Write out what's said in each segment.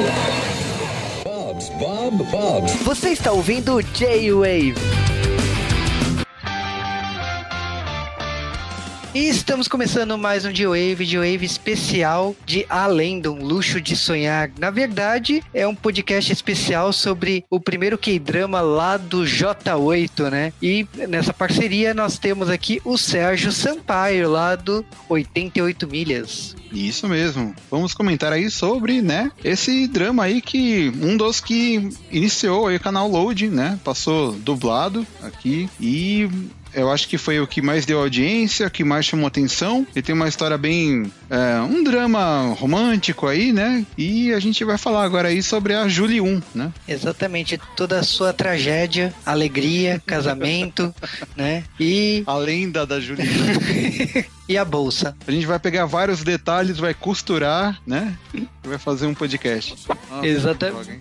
Bob's. Você está ouvindo J-Wave. E estamos começando mais um J-Wave especial de Além de um Luxo de Sonhar. Na verdade, é um podcast especial sobre o primeiro K-drama lá do J8, né? E nessa parceria nós temos aqui o Sérgio Sampaio, lá do 88 Milhas. Isso mesmo. Vamos comentar aí sobre, né, esse drama aí que um dos que iniciou aí o canal Load, né? Passou dublado aqui e eu acho que foi o que mais deu audiência, o que mais chamou atenção. Ele tem uma história bem... um drama romântico aí, né? E a gente vai falar agora aí sobre a Julie 1, né? Exatamente. Toda a sua tragédia, alegria, casamento, né? E... a lenda da Julie 1. E a bolsa. A gente vai pegar vários detalhes, vai costurar, né? E vai fazer um podcast. Exatamente.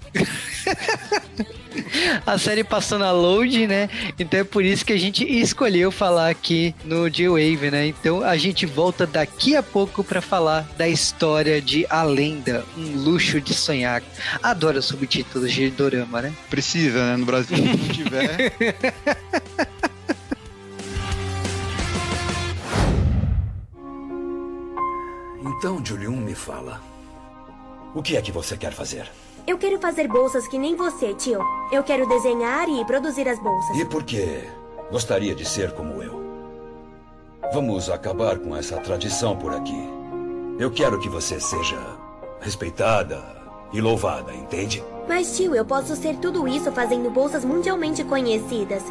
A série passou na Load, né? Então é por isso que a gente escolheu falar aqui no J-Wave, né? Então a gente volta daqui a pouco pra falar da história de A Lenda, um luxo de sonhar. Adoro subtítulos de dorama, né? Precisa, né? No Brasil, se não tiver... Então, Julium, me fala. O que é que você quer fazer? Eu quero fazer bolsas que nem você, tio. Eu quero desenhar e produzir as bolsas. E por que gostaria de ser como eu? Vamos acabar com essa tradição por aqui. Eu quero que você seja respeitada e louvada, entende? Mas, tio, eu posso ser tudo isso fazendo bolsas mundialmente conhecidas.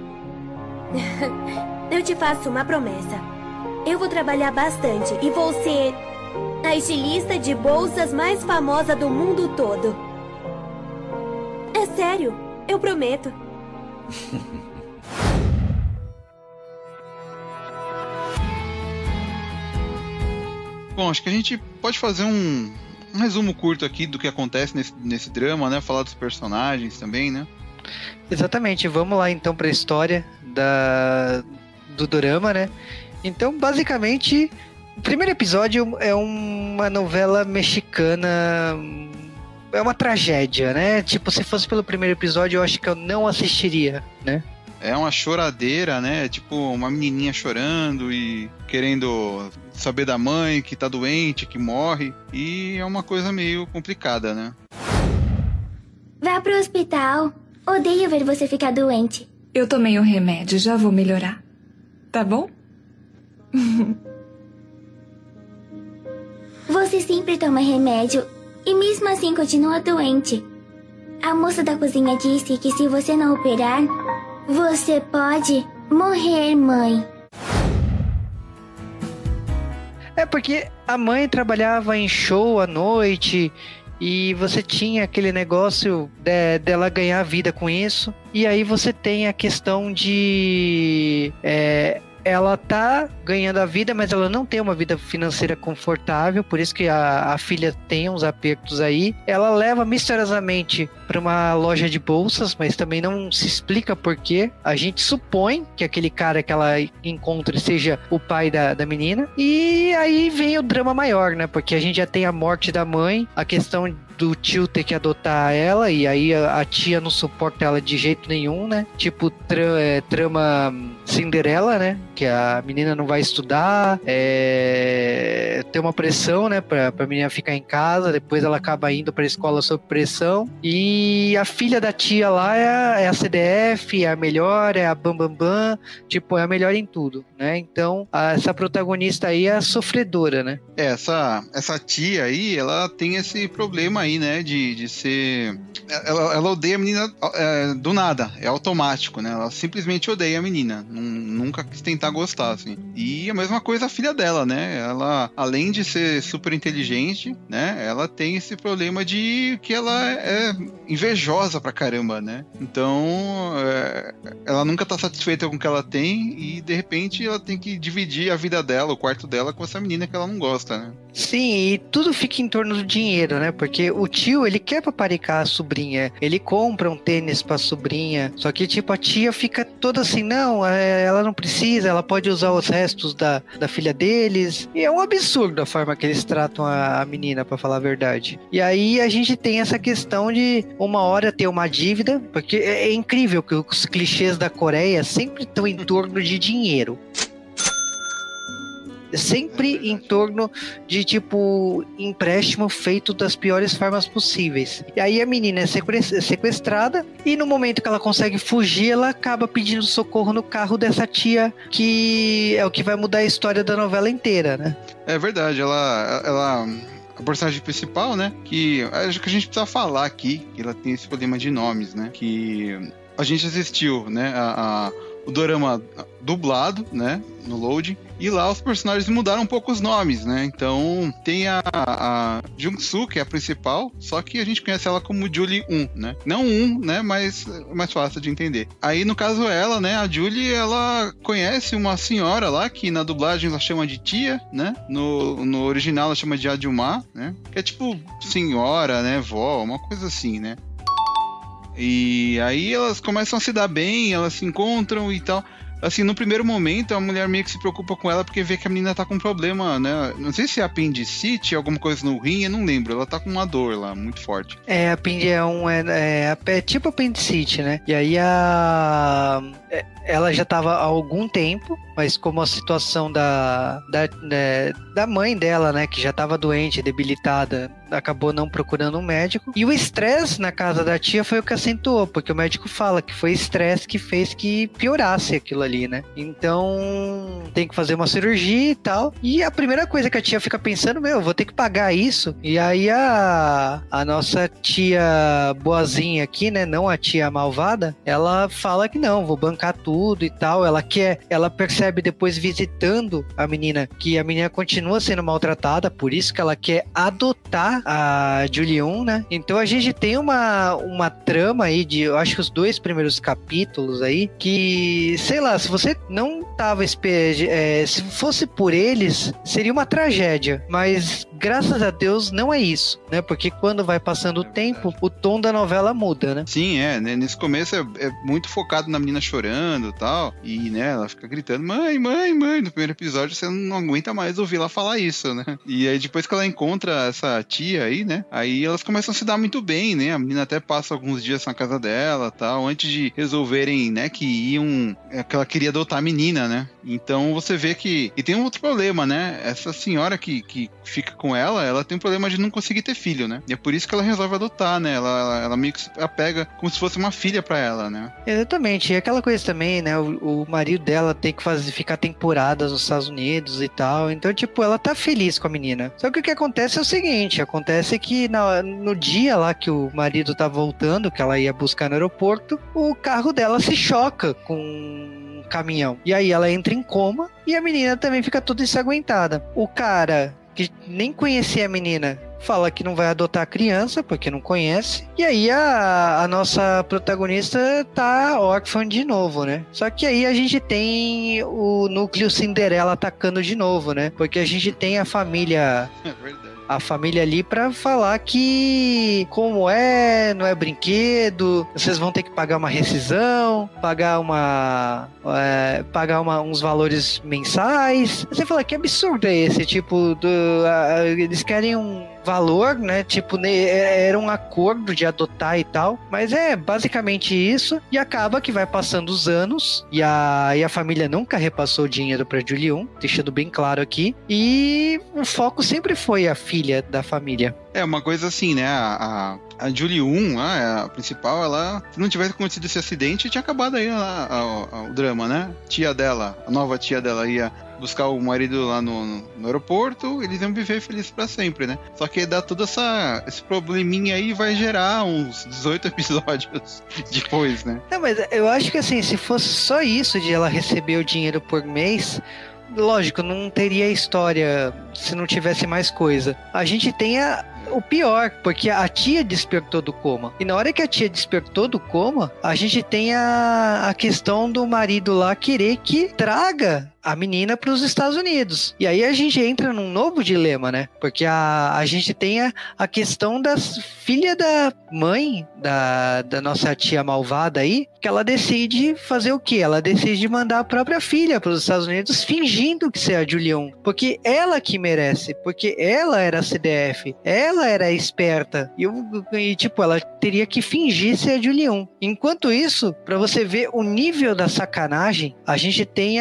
Eu te faço uma promessa. Eu vou trabalhar bastante e vou ser a estilista de bolsas mais famosa do mundo todo. É sério, eu prometo. Bom, acho que a gente pode fazer um resumo curto aqui do que acontece nesse drama, né? Falar dos personagens também, né? Exatamente, vamos lá então para a história do drama, né? Então, basicamente, o primeiro episódio é uma novela mexicana, é uma tragédia, né? Tipo, se fosse pelo primeiro episódio, eu acho que eu não assistiria, né? É uma choradeira, né? Tipo, uma menininha chorando e querendo saber da mãe que tá doente, que morre. E é uma coisa meio complicada, né? Vá pro hospital. Odeio ver você ficar doente. Eu tomei um remédio, já vou melhorar. Tá bom? Você sempre toma remédio e mesmo assim continua doente. A moça da cozinha disse que se você não operar, você pode morrer, mãe. É porque a mãe trabalhava em show à noite e você tinha aquele negócio dela ganhar vida com isso. E aí você tem a questão de... ela tá ganhando a vida, mas ela não tem uma vida financeira confortável, por isso que a filha tem uns apertos aí. Ela leva misteriosamente para uma loja de bolsas, mas também não se explica por quê. A gente supõe que aquele cara que ela encontra seja o pai da menina. E aí vem o drama maior, né? Porque a gente já tem a morte da mãe, a questão do tio ter que adotar ela, e aí a tia não suporta ela de jeito nenhum, né? Tipo, trama Cinderela, né? Que a menina não vai estudar, tem uma pressão, né? Pra menina ficar em casa, depois ela acaba indo pra escola sob pressão, e a filha da tia lá é a CDF, é a melhor, é a Bambambam, tipo, é a melhor em tudo, né? Então, essa protagonista aí é a sofredora, né? Essa tia aí, ela tem esse problema aí, né, de ser... Ela odeia a menina do nada, é automático, né? Ela simplesmente odeia a menina, nunca quis tentar gostar, assim. E a mesma coisa a filha dela, né? Ela, além de ser super inteligente, né, ela tem esse problema de que ela é invejosa pra caramba, né? Então, ela nunca tá satisfeita com o que ela tem e, de repente, ela tem que dividir a vida dela, o quarto dela, com essa menina que ela não gosta, né? Sim, e tudo fica em torno do dinheiro, né? Porque o tio, ele quer paparicar a sobrinha. Ele compra um tênis pra sobrinha. Só que, tipo, a tia fica toda assim, não, ela não precisa, ela pode usar os restos da filha deles. E é um absurdo a forma que eles tratam a menina, pra falar a verdade. E aí a gente tem essa questão de uma hora ter uma dívida, porque é incrível que os clichês da Coreia sempre estão em torno de dinheiro. Sempre em torno de, tipo, empréstimo feito das piores formas possíveis. E aí a menina é sequestrada e no momento que ela consegue fugir, ela acaba pedindo socorro no carro dessa tia, que é o que vai mudar a história da novela inteira, né? É verdade, ela a personagem principal, né, que acho que a gente precisa falar aqui, que ela tem esse problema de nomes, né, que a gente assistiu, né, o dorama dublado, né, no Load, e lá os personagens mudaram um pouco os nomes, né, então tem a Jung-soo, que é a principal, só que a gente conhece ela como Julie 1, né, não 1, né, mas é mais fácil de entender. Aí no caso ela, né, a Julie, ela conhece uma senhora lá, que na dublagem ela chama de tia, né, no original ela chama de Adjumá, né, que é tipo senhora, né, vó, uma coisa assim, né. E aí elas começam a se dar bem, elas se encontram e tal. Assim, no primeiro momento, a mulher meio que se preocupa com ela porque vê que a menina tá com um problema, né? Não sei se é apendicite, alguma coisa no rim, eu não lembro. Ela tá com uma dor lá, muito forte. É tipo apendicite, né? E aí ela já estava há algum tempo, mas como a situação da mãe dela, né, que já estava doente, debilitada, acabou não procurando um médico. E o estresse na casa da tia foi o que acentuou, porque o médico fala que foi estresse que fez que piorasse aquilo ali, né? Então tem que fazer uma cirurgia e tal. E a primeira coisa que a tia fica pensando, vou ter que pagar isso. E aí a nossa tia boazinha aqui, né, não a tia malvada, ela fala que não, vou bancar tudo e tal, ela percebe depois visitando a menina, que a menina continua sendo maltratada, por isso que ela quer adotar a Julian, né? Então a gente tem uma trama aí eu acho que os 2 primeiros capítulos aí, que, sei lá, se você não tava se fosse por eles, seria uma tragédia, mas graças a Deus não é isso, né? Porque quando vai passando o tempo, o tom da novela muda, né? Sim, nesse começo é muito focado na menina chorando e tal, e, né, ela fica gritando, mãe, mãe, mãe, no primeiro episódio você não aguenta mais ouvir ela falar isso, né? E aí depois que ela encontra essa tia aí, né, aí elas começam a se dar muito bem, né? A menina até passa alguns dias na casa dela, tal, antes de resolverem, né, que ela queria adotar a menina, né? Então você vê que... E tem um outro problema, né? Essa senhora que fica com ela tem um problema de não conseguir ter filho, né? E é por isso que ela resolve adotar, né? Ela meio que se apega como se fosse uma filha pra ela, né? Exatamente. E aquela coisa também, né? O marido dela tem que ficar temporadas nos Estados Unidos e tal. Então, tipo, ela tá feliz com a menina. Só que o que acontece é o seguinte, acontece que no dia lá que o marido tá voltando, que ela ia buscar no aeroporto, o carro dela se choca com caminhão. E aí ela entra em coma e a menina também fica toda ensanguentada. O cara, que nem conhecia a menina, fala que não vai adotar a criança porque não conhece. E aí a nossa protagonista tá órfã de novo, né? Só que aí a gente tem o núcleo Cinderela atacando de novo, né? Porque a gente tem a família... É verdade. A família ali pra falar que não é brinquedo, vocês vão ter que pagar uma rescisão, pagar uns valores mensais. Você fala, que absurdo é esse? Tipo, eles querem um valor, né? Tipo, era um acordo de adotar e tal, mas é basicamente isso, e acaba que vai passando os anos, e a família nunca repassou o dinheiro pra Julian, deixando bem claro aqui, e o foco sempre foi a filha da família. É uma coisa assim, né? A Julie 1, a principal, ela, se não tivesse acontecido esse acidente, tinha acabado aí o drama, né? A nova tia dela ia buscar o marido lá no aeroporto, eles iam viver felizes pra sempre, né? Só que dá todo esse probleminha aí, vai gerar uns 18 episódios depois, né? Não, mas eu acho que assim, se fosse só isso de ela receber o dinheiro por mês, lógico, não teria história se não tivesse mais coisa. A gente tem o pior, porque a tia despertou do coma. E na hora que a tia despertou do coma, a gente tem a questão do marido lá querer que traga a menina para os Estados Unidos. E aí a gente entra num novo dilema, né? Porque a gente tem a questão das filha da mãe da nossa tia malvada aí, que ela decide fazer o quê? Ela decide mandar a própria filha para os Estados Unidos fingindo que ser a Julian. Porque ela que merece. Porque ela era a CDF. Ela era esperta. E tipo, ela teria que fingir ser a Julian. Enquanto isso, para você ver o nível da sacanagem, a gente tem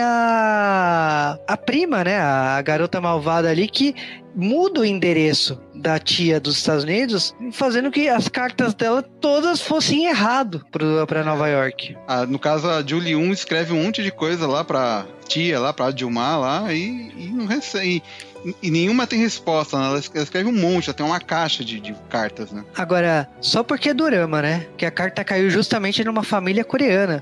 a prima, né? A garota malvada ali que muda o endereço da tia dos Estados Unidos, fazendo que as cartas dela todas fossem errado para Nova York. No caso, a Julie 1 escreve um monte de coisa lá pra tia, lá pra Dilma lá, e não recebe. E nenhuma tem resposta, né? Ela escreve um monte, ela tem uma caixa de cartas, né? Agora, só porque é dorama, né? Que a carta caiu justamente numa família coreana.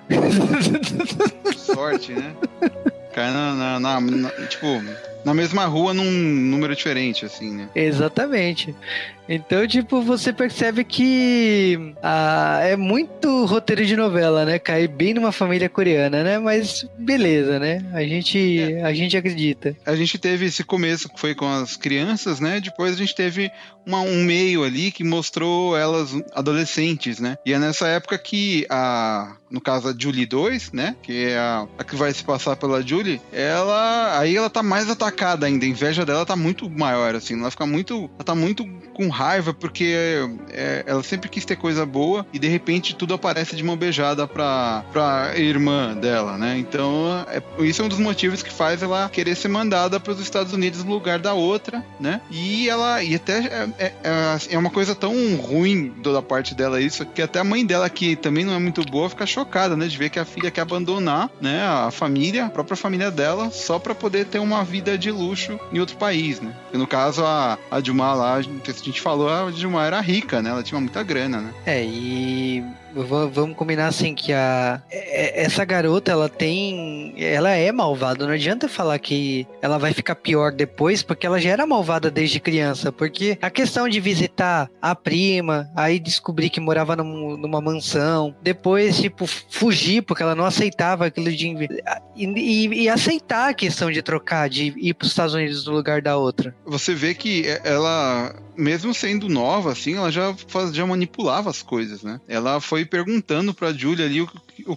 Sorte, né? Cai tipo, na mesma rua num número diferente, assim, né? Exatamente. Então, tipo, você percebe que é muito roteiro de novela, né? Cair bem numa família coreana, né? Mas beleza, né? A gente acredita. A gente teve esse começo que foi com as crianças, né? Depois a gente teve um meio ali que mostrou elas adolescentes, né? E é nessa época que no caso a Julie 2, né? Que é a que vai se passar pela Julie, ela tá mais atacada ainda. A inveja dela tá muito maior, assim. Ela tá muito com raiva, porque ela sempre quis ter coisa boa e de repente tudo aparece de mão beijada pra irmã dela, né? Então, isso é um dos motivos que faz ela querer ser mandada para os Estados Unidos no lugar da outra, né? E até é uma coisa tão ruim da parte dela isso, que até a mãe dela, que também não é muito boa, fica chocada, né? De ver que a filha quer abandonar, né? A própria família dela, só pra poder ter uma vida de luxo em outro país, né? E no caso, a Dilma lá, a gente falou, a Dilma era rica, né? Ela tinha muita grana, né? E vamos combinar assim que essa garota, ela é malvada. Não adianta falar que ela vai ficar pior depois, porque ela já era malvada desde criança. Porque a questão de visitar a prima, aí descobrir que morava numa mansão, depois, tipo, fugir porque ela não aceitava aquilo e aceitar a questão de trocar, de ir para os Estados Unidos no lugar da outra. Você vê que ela, mesmo sendo nova, assim, ela já manipulava as coisas, né? Ela foi perguntando pra Julia ali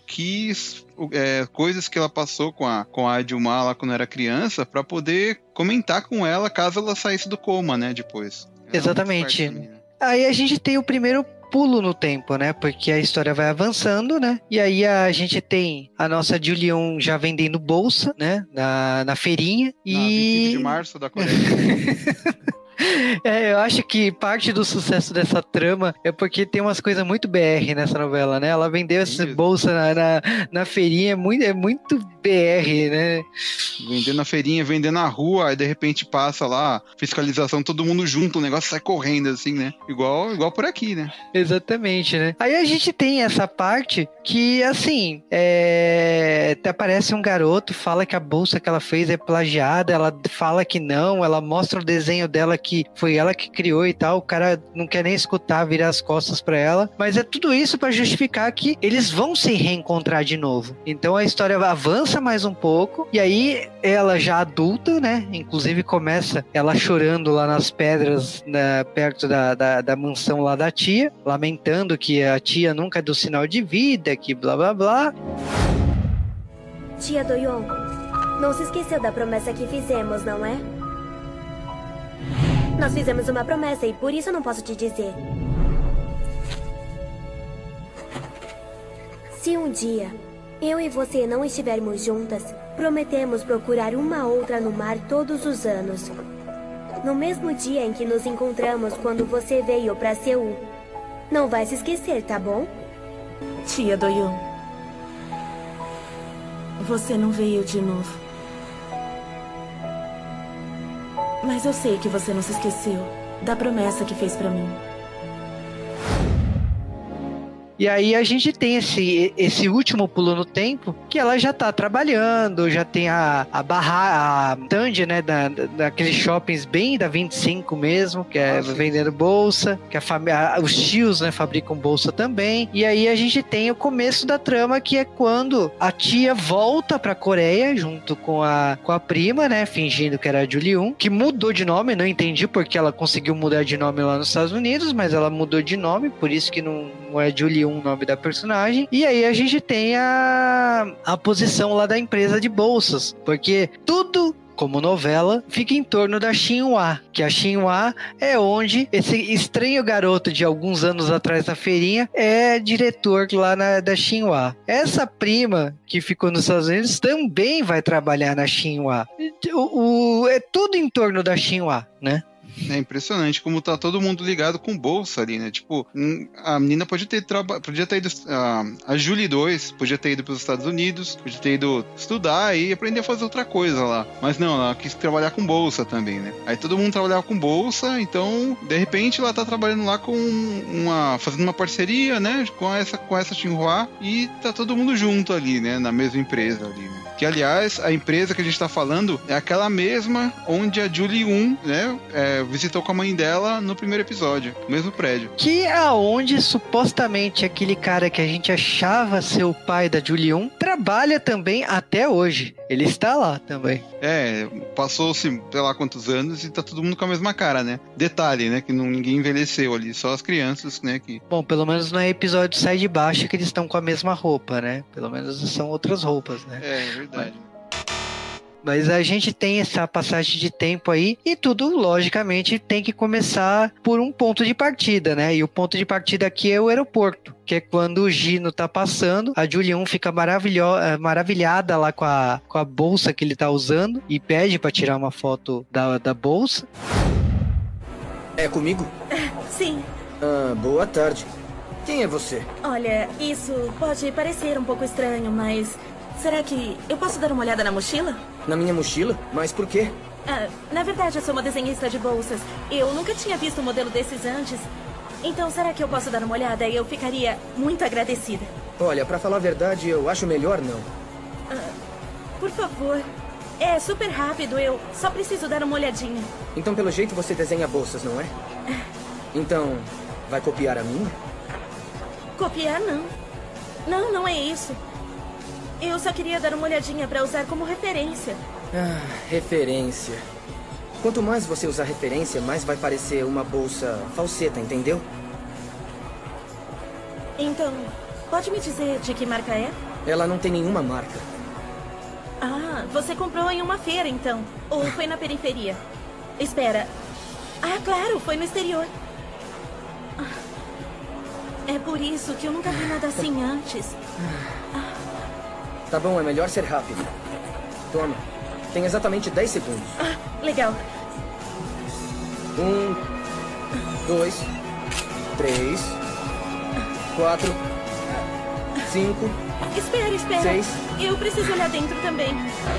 coisas que ela passou com a Dilma lá quando era criança, pra poder comentar com ela caso ela saísse do coma, né, depois. Exatamente. Aí a gente tem o primeiro pulo no tempo, né? Porque a história vai avançando, né? E aí a gente tem a nossa Julian já vendendo bolsa, né? Na feirinha. Na 25 de março da Coreia. Eu acho que parte do sucesso dessa trama é porque tem umas coisas muito BR nessa novela, né? Ela vendeu essa bolsa na feirinha, é muito BR, né? Vender na feirinha, vender na rua, aí de repente passa lá, fiscalização, todo mundo junto, o negócio sai correndo, assim, né? Igual por aqui, né? Exatamente, né? Aí a gente tem essa parte que, assim, até aparece um garoto, fala que a bolsa que ela fez é plagiada, ela fala que não, ela mostra o desenho dela que foi ela que criou e tal, o cara não quer nem escutar, virar as costas pra ela, mas é tudo isso pra justificar que eles vão se reencontrar de novo. Então a história avança mais um pouco, e aí ela já adulta, né, inclusive começa ela chorando lá nas pedras, perto da mansão lá da tia, lamentando que a tia nunca deu sinal de vida, que blá blá blá. Tia Do-yeon, não se esqueceu da promessa que fizemos, não é? Nós fizemos uma promessa e por isso eu não posso te dizer. Se um dia eu e você não estivermos juntas, prometemos procurar uma outra no mar todos os anos. No mesmo dia em que nos encontramos quando você veio para Seul. Não vai se esquecer, tá bom? Tia Do-yeon, você não veio de novo. Mas eu sei que você não se esqueceu da promessa que fez pra mim. E aí a gente tem esse último pulo no tempo, que ela já tá trabalhando, já tem a stand, né, daqueles shoppings bem da 25 mesmo, que é vendendo bolsa, que os tios, né, fabricam bolsa também. E aí a gente tem o começo da trama, que é quando a tia volta pra Coreia, junto com a prima, né, fingindo que era a Julie-un, que mudou de nome, não entendi porque ela conseguiu mudar de nome lá nos Estados Unidos, mas ela mudou de nome, por isso que não é Julie-un o nome da personagem. E aí a gente tem a posição lá da empresa de bolsas, porque tudo, como novela, fica em torno da Xinhua, que a Xinhua é onde esse estranho garoto de alguns anos atrás na feirinha é diretor lá da Xinhua. Essa prima que ficou nos Estados Unidos também vai trabalhar na Xinhua. É tudo em torno da Xinhua, né? É impressionante como tá todo mundo ligado com bolsa ali, né? Tipo, a menina podia ter ido. A Julie 2 podia ter ido para os Estados Unidos, podia ter ido estudar e aprender a fazer outra coisa lá. Mas não, ela quis trabalhar com bolsa também, né? Aí todo mundo trabalhava com bolsa, então, de repente, ela tá trabalhando lá fazendo uma parceria, né? Com essa Xinhua, e tá todo mundo junto ali, né? Na mesma empresa ali, né? Que, aliás, a empresa que a gente tá falando é aquela mesma onde a Julie-un, né, visitou com a mãe dela no primeiro episódio, no mesmo prédio. Que é onde, supostamente, aquele cara que a gente achava ser o pai da Julie-un trabalha também até hoje. Ele está lá também. Passou-se, sei lá quantos anos e tá todo mundo com a mesma cara, né? Detalhe, né, que ninguém envelheceu ali, só as crianças, né, que... Bom, pelo menos no episódio Sai de Baixo que eles estão com a mesma roupa, né? Pelo menos são outras roupas, né? É verdade. Mas a gente tem essa passagem de tempo aí e tudo, logicamente, tem que começar por um ponto de partida, né? E o ponto de partida aqui é o aeroporto, que é quando o Gino tá passando, a Julie-un fica maravilhada lá com a bolsa que ele tá usando e pede pra tirar uma foto da bolsa. É comigo? Sim. Boa tarde. Quem é você? Olha, isso pode parecer um pouco estranho, mas... será que eu posso dar uma olhada na mochila? Na minha mochila? Mas por quê? Na verdade, eu sou uma desenhista de bolsas. Eu nunca tinha visto um modelo desses antes. Então, será que eu posso dar uma olhada? Eu ficaria muito agradecida. Olha, pra falar a verdade, eu acho melhor não. Por favor. É super rápido, eu só preciso dar uma olhadinha. Então, pelo jeito, você desenha bolsas, não é? Então, vai copiar a minha? Copiar, não. Não é isso. Eu só queria dar uma olhadinha pra usar como referência. Referência. Quanto mais você usar referência, mais vai parecer uma bolsa falseta, entendeu? Então, pode me dizer de que marca é? Ela não tem nenhuma marca. Você comprou em uma feira, então. Ou foi na periferia? Espera. Claro, foi no exterior. É por isso que eu nunca vi nada assim antes. Tá bom, é melhor ser rápido. Toma. Tem exatamente 10 segundos. Legal. 1, 2, 3, 4, 5. Espera. 6. Eu preciso olhar dentro também.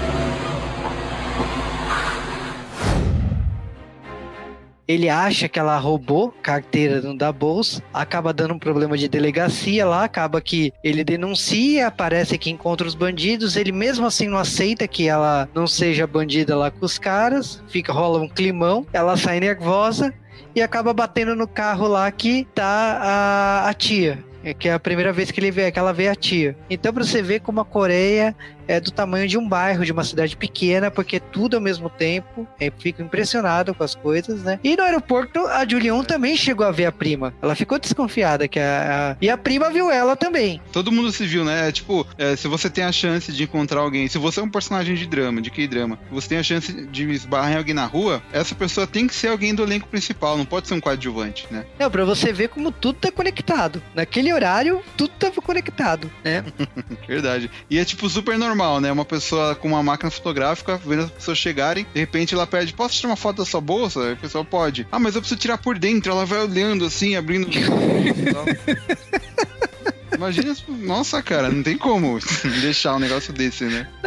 Ele acha que ela roubou carteira da bolsa, acaba dando um problema de delegacia lá, acaba que ele denuncia, parece que encontra os bandidos, ele mesmo assim não aceita que ela não seja bandida lá com os caras, rola um climão, ela sai nervosa e acaba batendo no carro lá que tá a tia. Que é a primeira vez que ela vê a tia. Então, pra você ver como a Coreia é do tamanho de um bairro, de uma cidade pequena, porque tudo ao mesmo tempo. Fico impressionado com as coisas, né? E no aeroporto, a Julie-un também chegou a ver a prima. Ela ficou desconfiada e a prima viu ela também. Todo mundo se viu, né? Tipo, se você tem a chance de encontrar alguém, se você é um personagem de drama, de K-drama, você tem a chance de esbarrar em alguém na rua, essa pessoa tem que ser alguém do elenco principal, não pode ser um coadjuvante, né? Não, pra você ver como tudo tá conectado. Naquele horário, tudo tava conectado, né? Verdade. E é tipo super normal, né? Uma pessoa com uma máquina fotográfica, vendo as pessoas chegarem, de repente ela pede, posso tirar uma foto da sua bolsa? Aí a pessoa pode. Mas eu preciso tirar por dentro. Ela vai olhando assim, abrindo... Imagina, nossa, cara, não tem como deixar um negócio desse, né?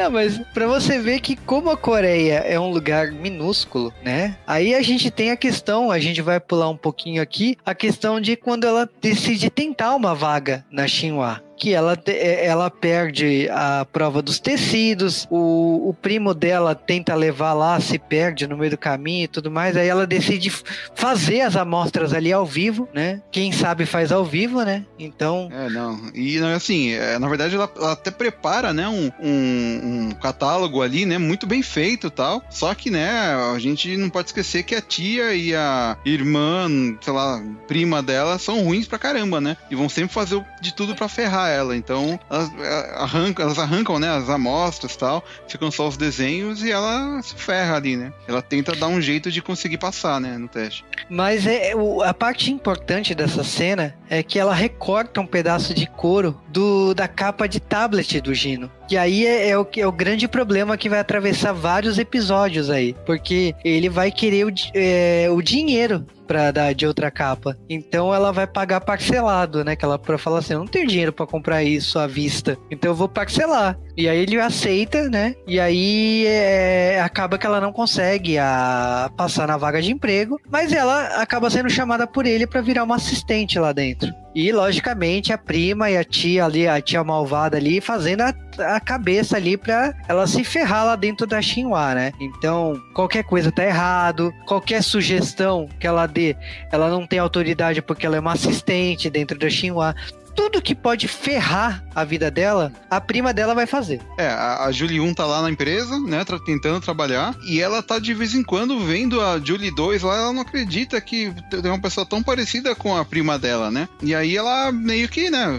Não, mas pra você ver que como a Coreia é um lugar minúsculo, né? Aí a gente tem a questão, a gente vai pular um pouquinho aqui, a questão de quando ela decide tentar uma vaga na Shinhwa. Que ela perde a prova dos tecidos, o primo dela tenta levar lá, se perde no meio do caminho e tudo mais, aí ela decide fazer as amostras ali ao vivo, né? Quem sabe faz ao vivo, né? Então... E assim, na verdade ela até prepara, né, um catálogo ali, né, muito bem feito e tal, só que, né, a gente não pode esquecer que a tia e a irmã, sei lá, prima dela são ruins pra caramba, né? E vão sempre fazer de tudo pra ferrar ela, então elas arrancam, né, as amostras e tal, ficam só os desenhos e ela se ferra ali, né? Ela tenta dar um jeito de conseguir passar, né, no teste. Mas a parte importante dessa cena é que ela recorta um pedaço de couro da capa de tablet do Gino. E aí é o grande problema que vai atravessar vários episódios aí, porque ele vai querer o dinheiro pra dar de outra capa. Então ela vai pagar parcelado, né? Que ela fala assim, eu não tenho dinheiro pra comprar isso à vista, então eu vou parcelar. E aí ele aceita, né? E aí acaba que ela não consegue passar na vaga de emprego, mas ela acaba sendo chamada por ele pra virar uma assistente lá dentro. E, logicamente, a prima e a tia ali, a tia malvada ali, fazendo a cabeça ali pra ela se ferrar lá dentro da Shinhwa, né? Então, qualquer coisa tá errado, qualquer sugestão que ela dê, ela não tem autoridade porque ela é uma assistente dentro da Shinhwa. Tudo que pode ferrar a vida dela, a prima dela vai fazer. A Julie 1 tá lá na empresa, né, tentando trabalhar, e ela tá de vez em quando vendo a Julie 2 lá, ela não acredita que tem uma pessoa tão parecida com a prima dela, né? E aí ela meio que, né,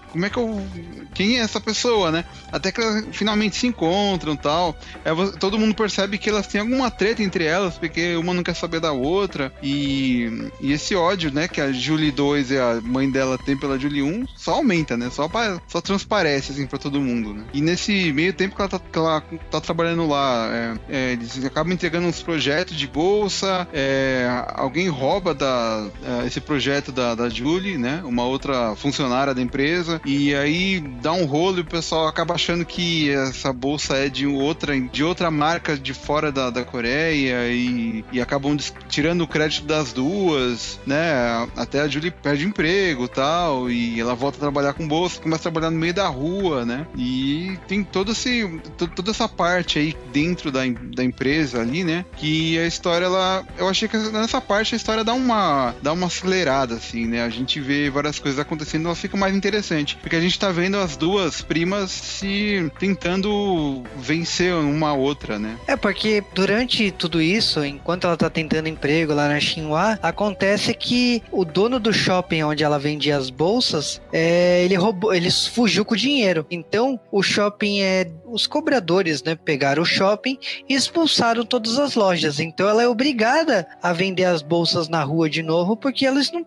quem é essa pessoa, né? Até que elas finalmente se encontram e tal. Todo mundo percebe que elas têm alguma treta entre elas, porque uma não quer saber da outra, e esse ódio, né, que a Julie 2 e a mãe dela tem pela Julie 1, só aumenta, né? Só transparece, assim, pra todo mundo, né? E nesse meio tempo que ela tá trabalhando lá, eles acabam entregando uns projetos de bolsa, alguém rouba esse projeto da Julie, né? Uma outra funcionária da empresa, e aí dá um rolo e o pessoal acaba achando que essa bolsa é de outra marca de fora da Coreia, e acabam tirando o crédito das duas, né? Até a Julie perde emprego e tal, e ela volta a trabalhar com bolsa, começa a trabalhar no meio da rua, né? E tem toda essa parte aí dentro da empresa ali, né? Que a história, eu achei que nessa parte a história dá uma acelerada, assim, né? A gente vê várias coisas acontecendo, ela fica mais interessante, porque a gente tá vendo as duas primas se tentando vencer uma a outra, né? Porque durante tudo isso, enquanto ela tá tentando emprego lá na Shinhwa, acontece que o dono do shopping onde ela vendia as bolsas, ele fugiu com o dinheiro. Então, o shopping os cobradores, né, pegaram o shopping e expulsaram todas as lojas. Então, ela é obrigada a vender as bolsas na rua de novo, porque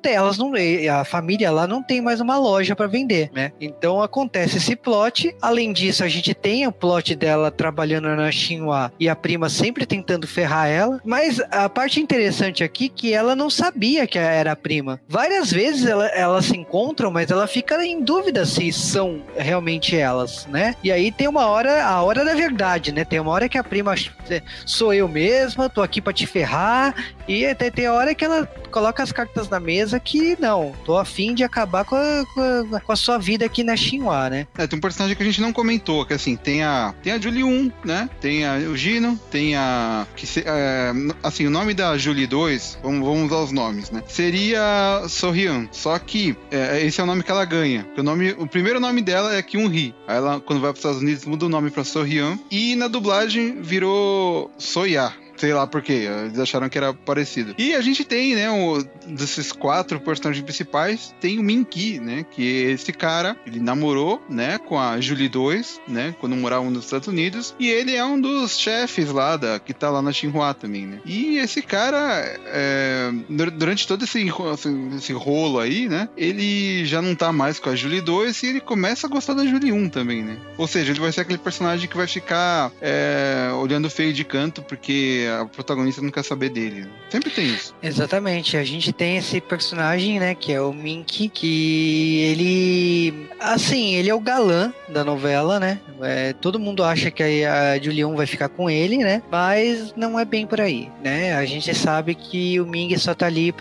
a família lá não tem mais uma loja para vender, né? Então, acontece esse plot. Além disso, a gente tem o plot dela trabalhando na Shinhwa e a prima sempre tentando ferrar ela. Mas a parte interessante aqui é que ela não sabia que era a prima. Várias vezes elas se encontram, mas ela fica em dúvida se são realmente elas, né? E aí tem a hora da verdade, né? Tem uma hora que a prima sou eu mesma, tô aqui pra te ferrar, e até tem a hora que ela coloca as cartas na mesa que não, tô a fim de acabar com a sua vida aqui na Shinhwa, né? Tem um personagem que a gente não comentou, que assim, tem a Julie 1, né? Tem o Gino, tem assim, o nome da Julie 2, vamos usar os nomes, né? Seria Sohyun, só que esse é o nome que ela ganha. O primeiro nome dela é Kyun-hee. Aí ela, quando vai para os Estados Unidos, muda o nome para Sohyun. E na dublagem virou Soya. Sei lá por quê, eles acharam que era parecido. E a gente tem, né, desses 4 personagens principais, tem o Min-ki, né, que esse cara, ele namorou, né, com a Julie 2, né, quando moravam nos Estados Unidos, e ele é um dos chefes lá, que tá lá na Shinhwa também, né. E esse cara, durante todo esse rolo aí, né, ele já não tá mais com a Julie 2 e ele começa a gostar da Julie 1 também, né. Ou seja, ele vai ser aquele personagem que vai ficar olhando feio de canto, porque porque a protagonista não quer saber dele. Sempre tem isso. Exatamente, a gente tem esse personagem, né, que é o Mink, que ele, assim, ele é o galã da novela, né, todo mundo acha que a Julian vai ficar com ele, né, mas não é bem por aí, né, a gente sabe que o Ming só tá ali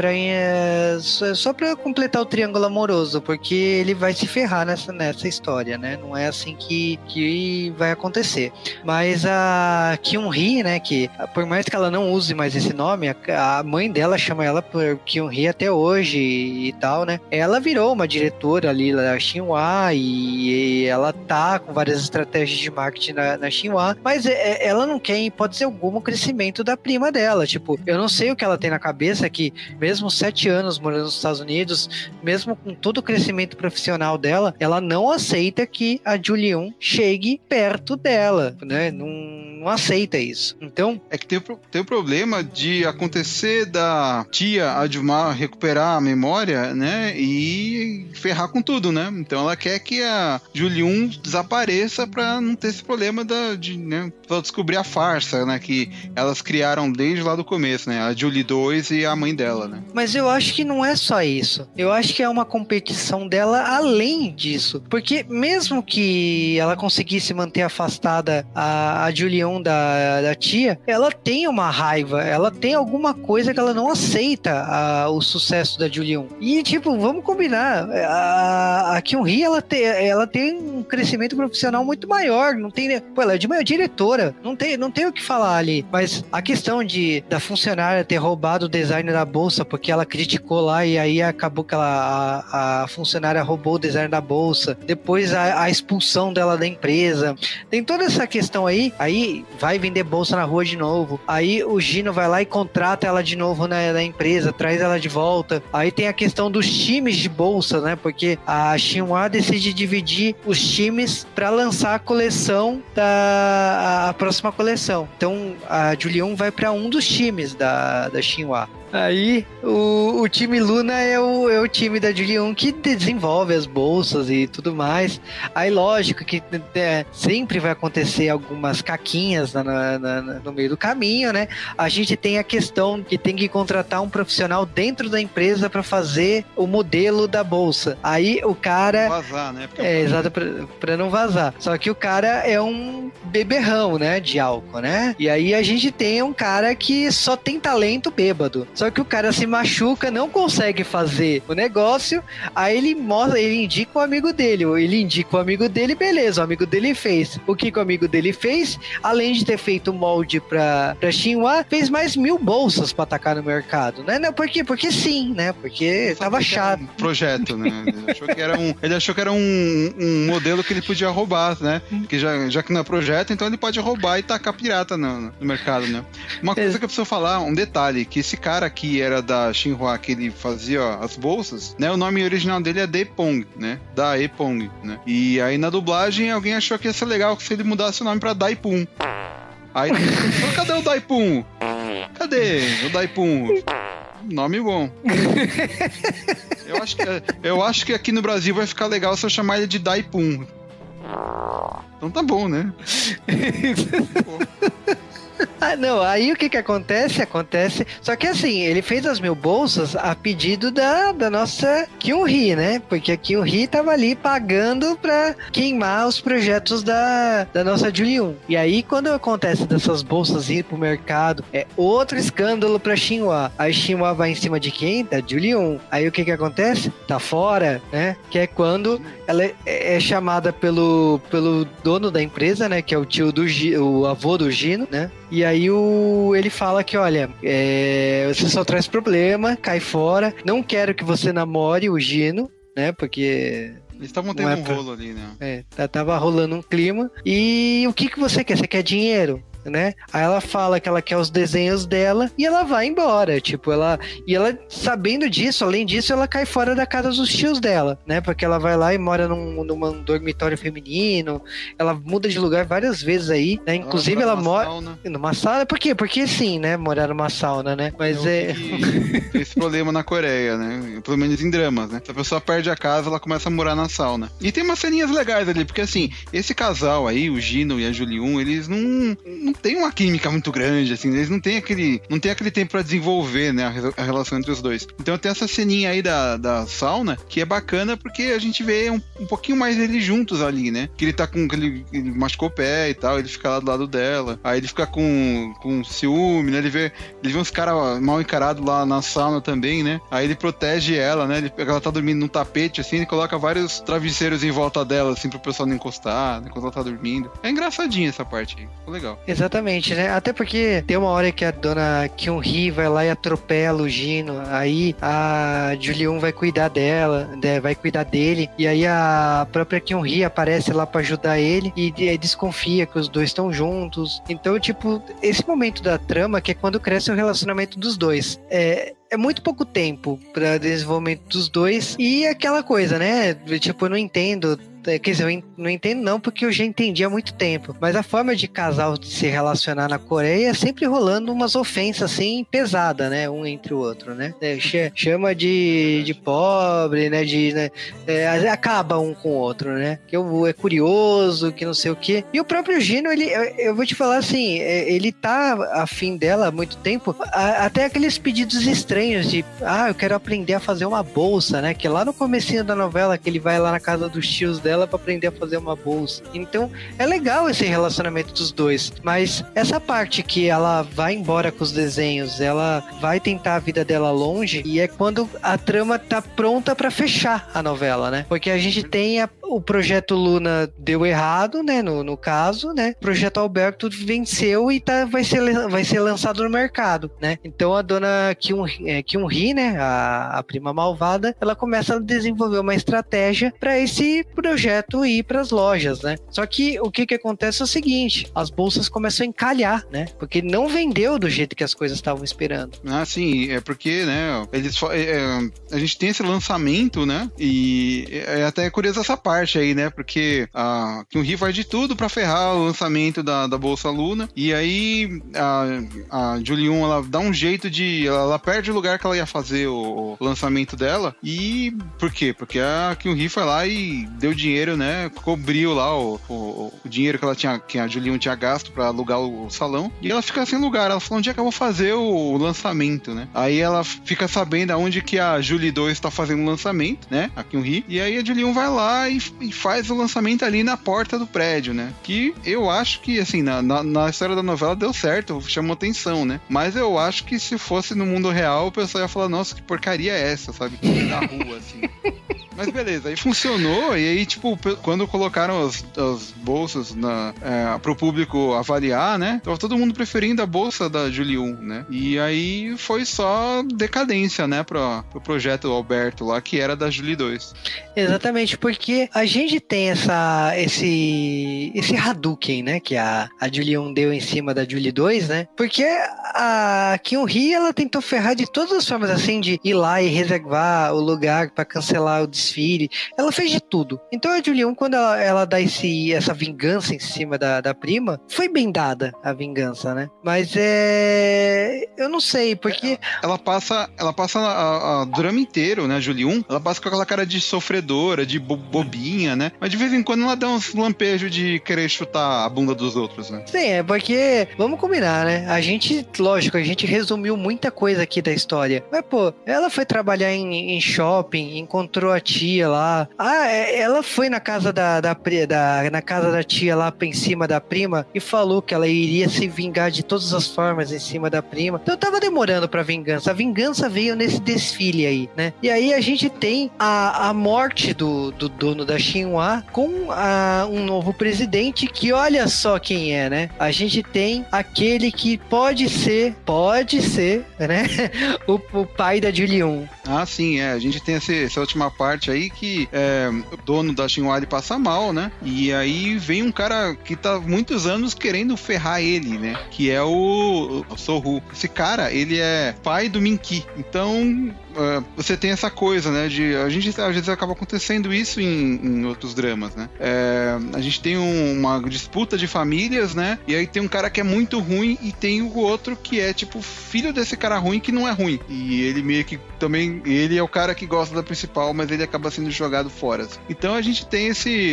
só pra completar o triângulo amoroso, porque ele vai se ferrar nessa história, né, não é assim que vai acontecer. Mas a Kyun-hee, né, que por mais que ela não use mais esse nome, a mãe dela chama ela por Kyun-hee até hoje e tal, né? Ela virou uma diretora ali da Shinhwa e ela tá com várias estratégias de marketing na Shinhwa, mas ela não quer, em hipótese alguma, o crescimento da prima dela. Tipo, eu não sei o que ela tem na cabeça, que mesmo 7 anos morando nos Estados Unidos, mesmo com todo o crescimento profissional dela, ela não aceita que a Julian chegue perto dela, né? Não aceita isso. Então... É que tem o problema de acontecer da tia Adjumar recuperar a memória, né? E ferrar com tudo, né? Então ela quer que a Julian desapareça pra não ter esse problema né? Pra descobrir a farsa, né? Que elas criaram desde lá do começo, né? A Julie 2 e a mãe dela, né? Mas eu acho que não é só isso. Eu acho que é uma competição dela além disso. Porque mesmo que ela conseguisse manter afastada a Julian da tia, ela tem uma raiva, ela tem alguma coisa que ela não aceita o sucesso da Julian. E tipo, vamos combinar, a Kyun-hee, ela tem um crescimento profissional muito maior, não tem, pô, ela é de uma diretora, não tem o que falar ali, mas a questão da funcionária ter roubado o design da bolsa, porque ela criticou lá e aí acabou que a funcionária roubou o design da bolsa, depois a expulsão dela da empresa, tem toda essa questão aí vai vender bolsa na rua de novo, aí o Gino vai lá e contrata ela de novo na empresa, traz ela de volta, aí tem a questão dos times de bolsa, né, porque a Shinhwa decide dividir os times para lançar a coleção a próxima coleção, então a Julian vai para um dos times da Shinhwa. Aí o time Luna é o time da Julian que desenvolve as bolsas e tudo mais. Aí lógico que sempre vai acontecer algumas caquinhas no meio do caminho, né? A gente tem a questão que tem que contratar um profissional dentro da empresa para fazer o modelo da bolsa. Aí o cara... Não vazar, né? Exato, pra não vazar. Só que o cara é um beberrão, né? De álcool, né? E aí a gente tem um cara que só tem talento bêbado. Só que o cara se machuca, não consegue fazer o negócio, aí ele indica o amigo dele, beleza, o amigo dele fez. O que o amigo dele fez? Além de ter feito molde pra Shinhwa, fez mais 1000 bolsas pra atacar no mercado, né? Não, por quê? Porque sim, né? Porque tava chato. Um projeto, né? Ele achou que era um modelo que ele podia roubar, né? Porque já que não é projeto, então ele pode roubar e tacar pirata no mercado, né? Uma coisa que eu preciso falar, um detalhe, que esse cara que era da Shinhwa, que ele fazia as bolsas, né? O nome original dele é Daepong, né? Daepong, né? E aí na dublagem alguém achou que ia ser legal se ele mudasse o nome pra Daipum. Aí, cadê o Daipum? Cadê o Daipum? Nome bom. Eu acho que aqui no Brasil vai ficar legal se eu chamar ele de Daipum. Então tá bom, né? Não, aí o que acontece? Só que assim, ele fez as 1000 bolsas a pedido da nossa Kyun-hee, né? Porque a Kyun-hee tava ali pagando pra queimar os projetos da nossa Julian. E aí, quando acontece dessas bolsas ir pro mercado, é outro escândalo pra Shinhwa. A Shinhwa vai em cima de quem? Da Julian. Aí o que acontece? Tá fora, né? Que é quando ela é chamada pelo dono da empresa, né? Que é o tio o avô do Gino, né? E aí ele fala que, olha, você só traz problema, cai fora, não quero que você namore o Gino, né, porque... Eles estavam tendo um rolo ali, né? Tava rolando um clima. E o que você quer? Você quer dinheiro? Né? Aí ela fala que ela quer os desenhos dela e ela vai embora, tipo, ela sabendo disso, além disso, ela cai fora da casa dos tios dela, né? Porque ela vai lá e mora num dormitório feminino, ela muda de lugar várias vezes aí, né? Inclusive ela mora numa sauna. Por quê? Porque sim, né? Morar numa sauna, né? Mas tem esse problema na Coreia, né? Pelo menos em dramas, né? Se a pessoa perde a casa, ela começa a morar na sauna. E tem umas ceninhas legais ali, porque assim, esse casal aí, o Gino e a Julian, eles não tem uma química muito grande, assim, eles não tem aquele tempo pra desenvolver, né, a relação entre os dois. Então tem essa ceninha aí da sauna, que é bacana porque a gente vê um pouquinho mais eles juntos ali, né, que ele tá com, ele machucou o pé e tal, ele fica lá do lado dela, aí ele fica com ciúme, né, ele vê uns caras mal encarados lá na sauna também, né, aí ele protege ela, né, ela tá dormindo num tapete, assim, ele coloca vários travesseiros em volta dela, assim, pro pessoal não encostar, né, quando ela tá dormindo. É engraçadinha essa parte aí, ficou legal. Exatamente, né, até porque tem uma hora que a dona Kyun-hee vai lá e atropela o Gino, aí a Juliun vai cuidar dela, vai cuidar dele, e aí a própria Kyun-hee aparece lá pra ajudar ele e desconfia que os dois estão juntos. Então, tipo, esse momento da trama que é quando cresce o relacionamento dos dois. É muito pouco tempo para desenvolvimento dos dois e aquela coisa, né? Tipo, eu não entendo. Quer dizer, eu não entendo não, porque eu já entendi há muito tempo. Mas a forma de casal se relacionar na Coreia é sempre rolando umas ofensas, assim, pesadas, né? Um entre o outro, né? Chama de pobre, né? Acaba um com o outro, né? Que é curioso, que não sei o quê. E o próprio Gino, eu vou te falar assim, ele tá afim dela há muito tempo, até aqueles pedidos estranhos de, eu quero aprender a fazer uma bolsa, né? Que lá no comecinho da novela, que ele vai lá na casa dos tios dela pra aprender a fazer uma bolsa. Então, é legal esse relacionamento dos dois, mas essa parte que ela vai embora com os desenhos, ela vai tentar a vida dela longe, e é quando a trama tá pronta pra fechar a novela, né? Porque a gente tem o Projeto Luna deu errado, né? No caso, né? O Projeto Alberto venceu e vai ser lançado no mercado, né? Então a dona Kyun-hee, né? A prima malvada, ela começa a desenvolver uma estratégia para esse projeto ir para as lojas, né? Só que o que acontece é o seguinte: as bolsas começam a encalhar, né? Porque não vendeu do jeito que as coisas estavam esperando. Ah, sim, é porque, né? A gente tem esse lançamento, né? E é até curioso essa parte aí, né? Porque a Kyun-hee faz de tudo pra ferrar o lançamento da Bolsa Luna. E aí a Juliun, ela dá um jeito de... Ela perde o lugar que ela ia fazer o lançamento dela. E por quê? Porque a Kyun-hee foi lá e deu dinheiro, né? Cobriu lá o dinheiro que a Juliun tinha gasto pra alugar o salão. E ela fica sem lugar. Ela fala, onde é que eu vou fazer o lançamento, né? Aí ela fica sabendo aonde que a Julie 2 tá fazendo o lançamento, né? A Kyun-hee. E aí a Juliun vai lá e faz o lançamento ali na porta do prédio, né? Que eu acho que, assim, na história da novela deu certo, chamou atenção, né? Mas eu acho que se fosse no mundo real, o pessoal ia falar, nossa, que porcaria é essa, sabe? Na rua, assim. Mas beleza, aí funcionou, e aí, tipo, quando colocaram as bolsas pro público avaliar, né? Tava todo mundo preferindo a bolsa da Juliun, né? E aí foi só decadência, né? Pro projeto Alberto lá, que era da Julie 2. Exatamente, porque a gente tem esse Hadouken, né? Que a Juliun deu em cima da Julie 2, né? Porque a Kyun-hee, ela tentou ferrar de todas as formas, assim, de ir lá e reservar o lugar pra cancelar o desfile. Ela fez de tudo. Então a Juliun, quando ela dá essa vingança em cima da prima, foi bem dada a vingança, né? Mas eu não sei, porque... Ela passa a drama inteiro, né, Juliun? Ela passa com aquela cara de sofredora, de bobinha, né? Mas de vez em quando ela dá uns lampejos de querer chutar a bunda dos outros, né? Sim, porque... Vamos combinar, né? Lógico, a gente resumiu muita coisa aqui da história. Mas, pô, ela foi trabalhar em shopping, encontrou a tia lá. Ela foi na casa na casa da tia lá em cima da prima e falou que ela iria se vingar de todas as formas em cima da prima. Então tava demorando pra vingança. A vingança veio nesse desfile aí, né? E aí a gente tem a morte do dono da Shinhwa com um novo presidente que olha só quem é, né? A gente tem aquele que pode ser, né? o pai da Juliun. Ah, sim, a gente tem essa última parte aí que o dono da Shinhwa ele passa mal, né? E aí vem um cara que tá há muitos anos querendo ferrar ele, né? Que é o Sohu. Esse cara, ele é pai do Minki. Então, você tem essa coisa, né, de a gente às vezes acaba acontecendo isso em outros dramas, né? A gente tem uma disputa de famílias, né? E aí tem um cara que é muito ruim e tem o outro que é tipo filho desse cara ruim que não é ruim. E ele meio que também, ele é o cara que gosta da principal, mas ele acaba sendo jogado fora. Então a gente tem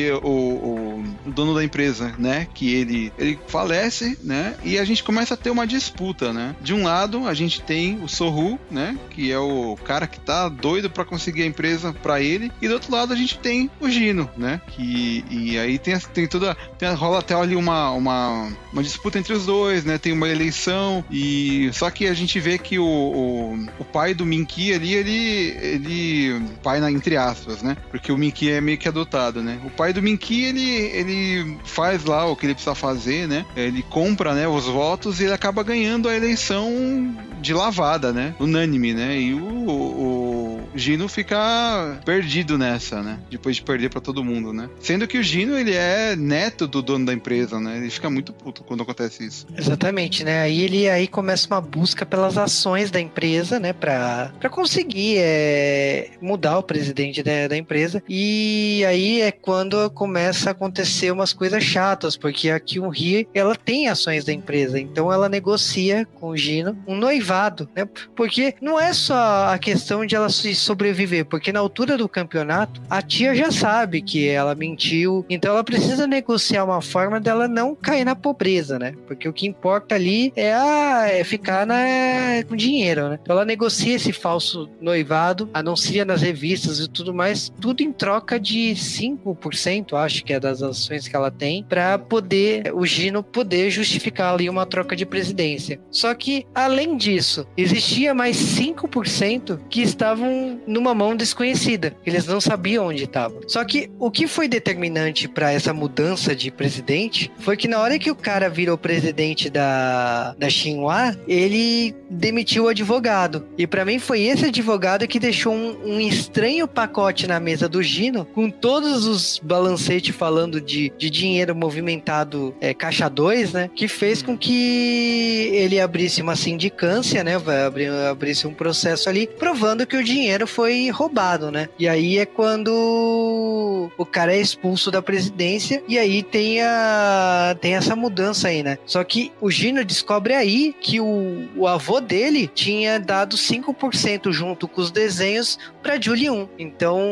o dono da empresa, né? Que ele falece, né? E a gente começa a ter uma disputa, né? De um lado a gente tem o Sohu, né? Que é o cara que tá doido pra conseguir a empresa pra ele. E do outro lado a gente tem o Gino, né? E aí tem toda... rola até ali uma disputa entre os dois, né? Tem uma eleição e... Só que a gente vê que o pai do Minky ali, ele... Pai entre aspas, né? Porque o Minky é meio que adotado, né? O pai do Minky, ele faz lá o que ele precisa fazer, né? Ele compra, né, os votos e ele acaba ganhando a eleição de lavada, né? Unânime, né? E o Gino fica perdido nessa, né? Depois de perder pra todo mundo, né? Sendo que o Gino, ele é neto do dono da empresa, né? Ele fica muito puto quando acontece isso. Exatamente, né? Aí começa uma busca pelas ações da empresa, né? Pra conseguir mudar o presidente da empresa. E aí é quando começa a acontecer umas coisas chatas, porque a Kyun-hee, ela tem ações da empresa, então ela negocia com o Gino um noivado, né? Porque não é só a questão de ela se sobreviver, porque na altura do campeonato, a tia já sabe que ela mentiu, então ela precisa negociar uma forma dela não cair na pobreza, né? Porque o que importa ali é ficar com dinheiro, né? Então ela negocia esse falso noivado, anuncia nas revistas e tudo mais, tudo em troca de 5%, acho que é das ações que ela tem, para poder o Gino poder justificar ali uma troca de presidência. Só que, além disso, existia mais 5% que estavam numa mão desconhecida. Eles não sabiam onde estavam. Só que o que foi determinante para essa mudança de presidente foi que na hora que o cara virou presidente da Shinhwa, ele demitiu o advogado. E para mim foi esse advogado que deixou um estranho pacote na mesa do Gino, com todos os balancetes falando de dinheiro movimentado, caixa 2, né? Que fez com que ele abrisse uma sindicância, né? Abrisse um processo ali, provando que o dinheiro foi roubado, né? E aí é quando o cara é expulso da presidência, e aí tem essa mudança aí, né? Só que o Gino descobre aí que o avô dele tinha dado 5% junto com os desenhos pra Julie 1. Então,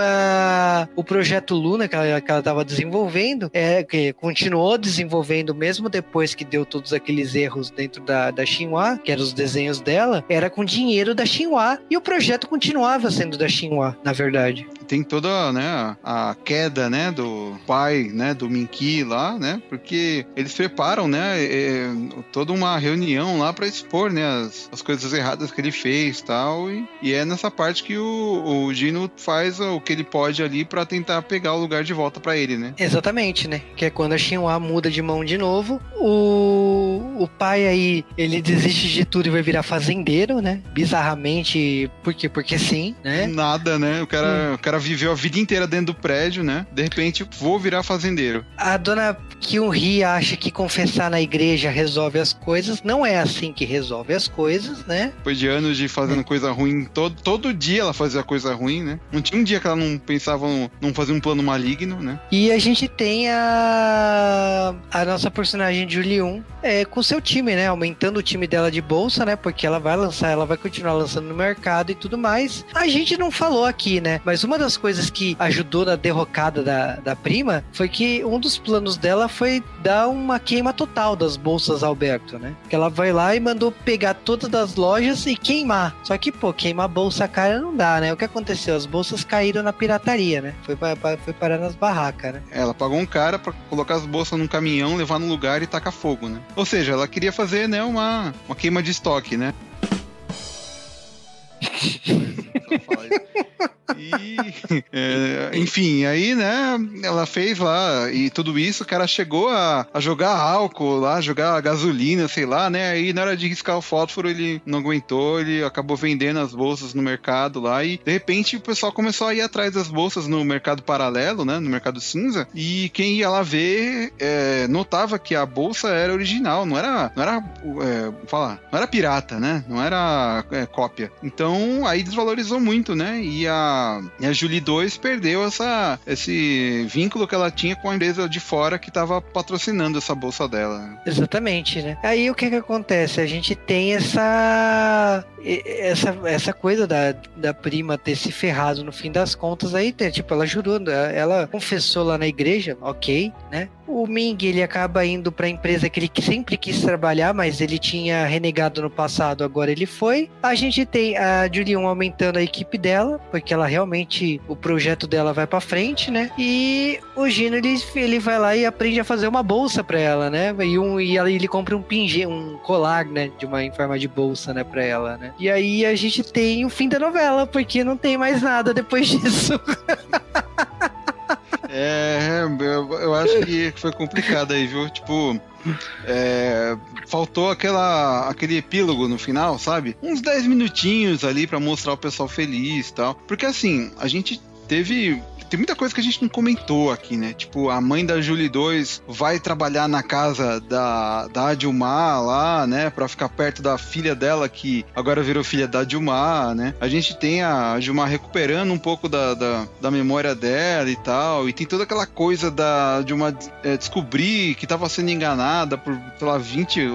o projeto Luna que ela estava desenvolvendo, que continuou desenvolvendo mesmo depois que deu todos aqueles erros dentro da Shinhwa, que eram os desenhos dela, era com dinheiro da Shinhwa, e o projeto continuava sendo da Shinhwa, na verdade. Tem toda, né, a queda, né, do pai, né, do Minky lá, né, porque eles preparam, né, toda uma reunião lá pra expor, né, as coisas erradas que ele fez, tal, e é nessa parte que o Gino faz o que ele pode ali pra tentar pegar o lugar de volta pra ele, né. Exatamente, né, que é quando a Shinhwa muda de mão de novo, o pai aí, ele desiste de tudo e vai virar fazendeiro, né, bizarramente, por quê? Porque sim, né. Nada, né, o cara viveu a vida inteira dentro do prédio, né? De repente, vou virar fazendeiro. A dona Kyun-hee acha que confessar na igreja resolve as coisas. Não é assim que resolve as coisas, né? Depois de anos de fazendo coisa ruim, todo dia ela fazia coisa ruim, né? Não tinha um dia que ela não pensava, não fazia um plano maligno, né? E a gente tem a nossa personagem Julie 1 com seu time, né? Aumentando o time dela de bolsa, né? Porque ela vai continuar lançando no mercado e tudo mais. A gente não falou aqui, né? Mas uma das coisas que ajudou na derrocada da prima foi que um dos planos dela foi dar uma queima total das bolsas Alberto, né? Que ela vai lá e mandou pegar todas as lojas e queimar. Só que, queimar bolsa cara não dá, né? O que aconteceu? As bolsas caíram na pirataria, né? Foi parar nas barracas, né? Ela pagou um cara pra colocar as bolsas num caminhão, levar no lugar e tacar fogo, né? Ou seja, ela queria fazer, né, uma queima de estoque, né? Enfim, aí, né, ela fez lá e tudo isso, o cara chegou a jogar álcool lá, jogar gasolina, sei lá, né, aí na hora de riscar o fósforo ele não aguentou, ele acabou vendendo as bolsas no mercado lá e de repente o pessoal começou a ir atrás das bolsas no mercado paralelo, né, no mercado cinza, e quem ia lá ver notava que a bolsa era original, não era pirata, né, não era cópia. Então aí desvalorizou muito, né, e a Julie 2 perdeu esse vínculo que ela tinha com a empresa de fora que estava patrocinando essa bolsa dela. Exatamente, né? Aí o que acontece? A gente tem essa coisa da prima ter se ferrado no fim das contas aí, tipo, ela jurou, ela confessou lá na igreja, ok, né? O Ming, ele acaba indo para a empresa que ele sempre quis trabalhar, mas ele tinha renegado no passado, agora ele foi. A gente tem a Julie 1 aumentando a equipe dela, porque ela realmente, o projeto dela vai para frente, né? E o Gino, ele vai lá e aprende a fazer uma bolsa para ela, né? E ele compra um colar, né? Em forma de bolsa, né? Para ela, né? E aí a gente tem o fim da novela, porque não tem mais nada depois disso. Eu acho que foi complicado aí, viu? Tipo, faltou aquele epílogo no final, sabe? Uns 10 minutinhos ali pra mostrar o pessoal feliz e tal. Porque assim, a gente tem muita coisa que a gente não comentou aqui, né? Tipo, a mãe da Julie 2 vai trabalhar na casa da Adilmar lá, né? Pra ficar perto da filha dela, que agora virou filha da Adilmar, né? A gente tem a Adilmar recuperando um pouco da memória dela e tal. E tem toda aquela coisa da Adilmar descobrir que tava sendo enganada por, sei lá,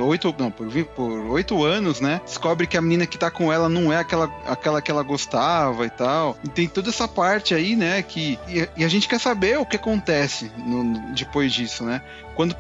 8 anos, né? Descobre que a menina que tá com ela não é aquela que ela gostava e tal. E tem toda essa parte aí, né? E a gente quer saber o que acontece depois disso, né? Quando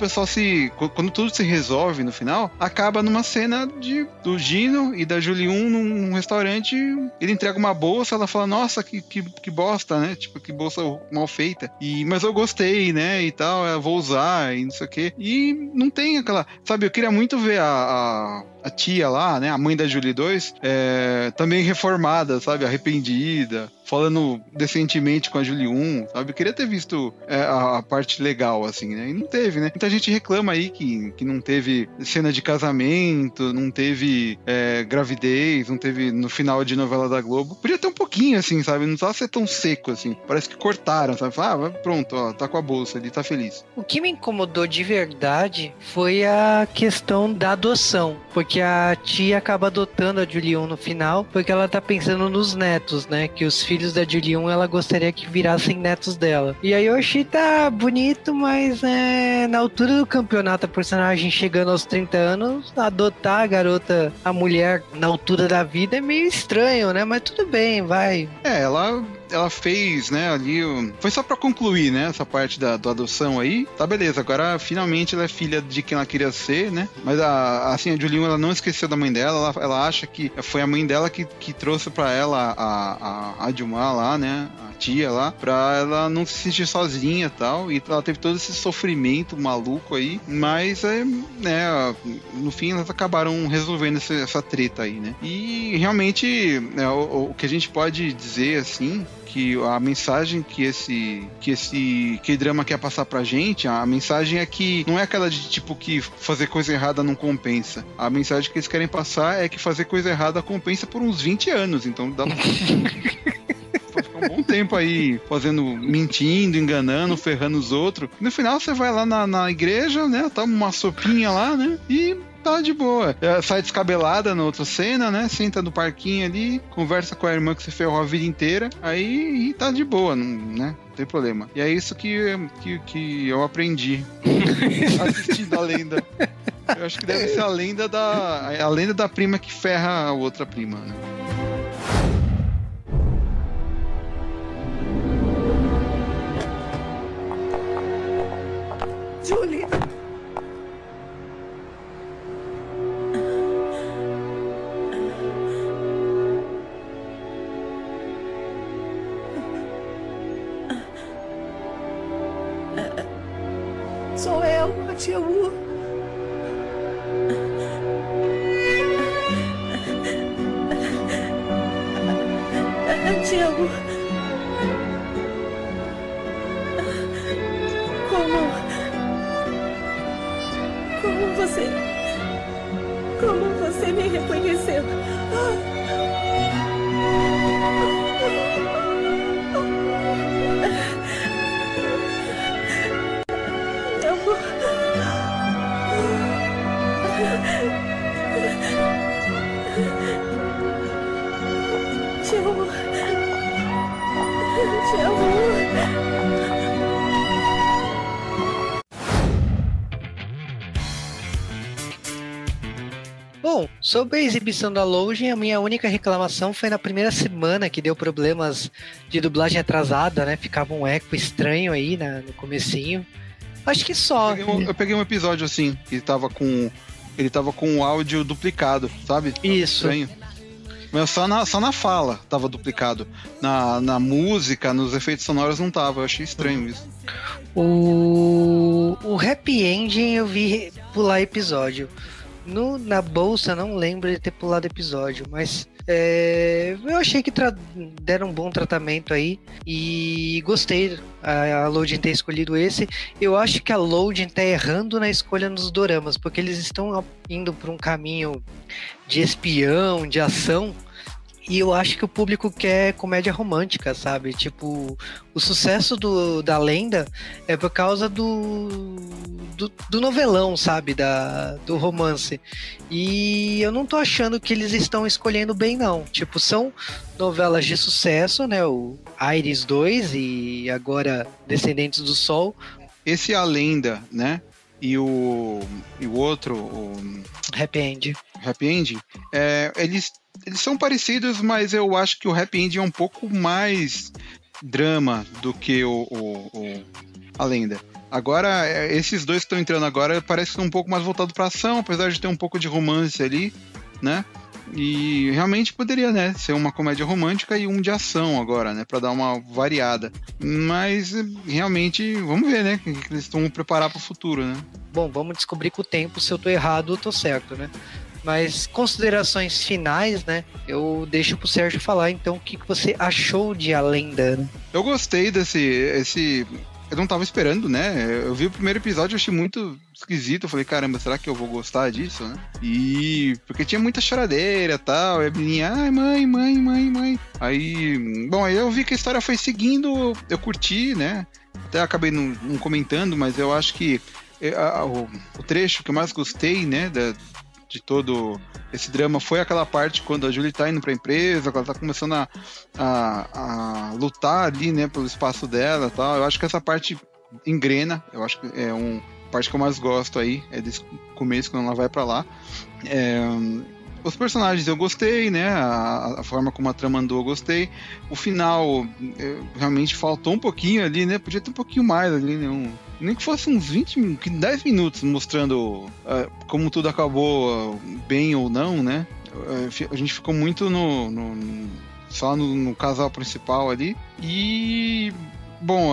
tudo se resolve no final, acaba numa cena do Gino e da Julie 1 num restaurante. Ele entrega uma bolsa, ela fala, nossa, que bosta, né? Tipo, que bolsa mal feita. Mas eu gostei, né? E tal, eu vou usar e não sei o quê. E não tem aquela... Sabe, eu queria muito ver a tia lá, né? A mãe da Julie 2, também reformada, sabe? Arrependida, falando decentemente com a Julie 1, sabe? Eu queria ter visto a parte legal, assim, né? E não teve, né? Muita gente reclama aí que não teve cena de casamento, não teve gravidez, não teve no final de novela da Globo. Podia ter um pouquinho, assim, sabe? Não precisava ser tão seco, assim. Parece que cortaram, sabe? Pronto, ó, tá com a bolsa, ele tá feliz. O que me incomodou de verdade foi a questão da adoção, porque a tia acaba adotando a Julie 1 no final, porque ela tá pensando nos netos, né? Que os filhos da Julie 1 ela gostaria que virassem netos dela. E aí eu achei tá bonito, mas na altura do campeonato, a personagem chegando aos 30 anos, adotar a garota, a mulher na altura da vida é meio estranho, né? Mas tudo bem, vai. Ela fez, né, ali... Foi só pra concluir, né, essa parte da adoção aí. Tá, beleza. Agora, finalmente, ela é filha de quem ela queria ser, né? Mas, a Julie 1, ela não esqueceu da mãe dela. Ela acha que foi a mãe dela que trouxe pra ela a Adilmar lá, né? A tia lá, pra ela não se sentir sozinha e tal. E ela teve todo esse sofrimento maluco aí. Mas, né, no fim, elas acabaram resolvendo essa treta aí, né? E, realmente, o que a gente pode dizer, assim... que a mensagem que esse K-drama quer passar pra gente, a mensagem é que não é aquela de tipo que fazer coisa errada não compensa. A mensagem que eles querem passar é que fazer coisa errada compensa por uns 20 anos, então dá ficar um bom tempo aí mentindo, enganando, ferrando os outros. No final você vai lá na igreja, né, toma uma sopinha lá, né, e tá de boa. Sai descabelada na outra cena, né? Senta no parquinho ali, conversa com a irmã que você ferrou a vida inteira, aí tá de boa, né? Não tem problema. E é isso que eu aprendi assistindo a lenda. Eu acho que deve ser a lenda da prima que ferra a outra prima, né? Julie! Sou eu, a tia Wu. A tia Wu. Déjà vu. Bom, sobre a exibição da Loading, a minha única reclamação foi na primeira semana, que deu problemas de dublagem atrasada, né? Ficava um eco estranho aí no comecinho. Acho que só. Eu peguei um episódio assim, que ele tava com o áudio duplicado, sabe? Isso. Estranho. Mas só na fala tava duplicado. Na música, nos efeitos sonoros não tava. Eu achei estranho isso. O Happy Ending eu vi pular episódio. Na bolsa não lembro de ter pulado episódio, mas eu achei que deram um bom tratamento aí e gostei a Loading ter escolhido esse. Eu acho que a Loading tá errando na escolha nos doramas, porque eles estão indo por um caminho de espião, de ação, e eu acho que o público quer comédia romântica, sabe? Tipo, o sucesso da Lenda é por causa do novelão, sabe? Do romance. E eu não tô achando que eles estão escolhendo bem, não. Tipo, são novelas de sucesso, né? O Aires 2 e agora Descendentes do Sol. Esse é a Lenda, né? E o outro, o Happy End. Happy End, eles são parecidos, mas eu acho que o Happy End é um pouco mais drama do que a Lenda. Agora, esses dois que estão entrando agora parece que estão um pouco mais voltados para ação, apesar de ter um pouco de romance ali, né? E realmente poderia, né, ser uma comédia romântica e um de ação agora, né, para dar uma variada. Mas realmente, vamos ver, né, o que eles estão preparar para o futuro, né? Bom, vamos descobrir com o tempo se eu tô errado ou tô certo, né? Mas considerações finais, né? Eu deixo pro Sérgio falar, então, o que você achou de A Lenda, né? Eu gostei eu não tava esperando, né? Eu vi o primeiro episódio e achei muito esquisito. Eu falei, caramba, será que eu vou gostar disso, né? Porque tinha muita choradeira e tal. E a menininha, ai, mãe. Aí eu vi que a história foi seguindo, eu curti, né? Até acabei não comentando, mas eu acho que o trecho que eu mais gostei, né? De todo esse drama foi aquela parte quando a Julie tá indo pra empresa, ela tá começando a lutar ali, né, pelo espaço dela e tal. Eu acho que essa parte engrena, eu acho que é uma parte que eu mais gosto aí, é desse começo, quando ela vai pra lá. Os personagens eu gostei, né, a forma como a trama andou eu gostei. O final realmente faltou um pouquinho ali, né, podia ter um pouquinho mais ali, né, nem que fosse uns 10 minutos mostrando como tudo acabou bem ou não, né? A gente ficou muito só no casal principal ali. E, bom,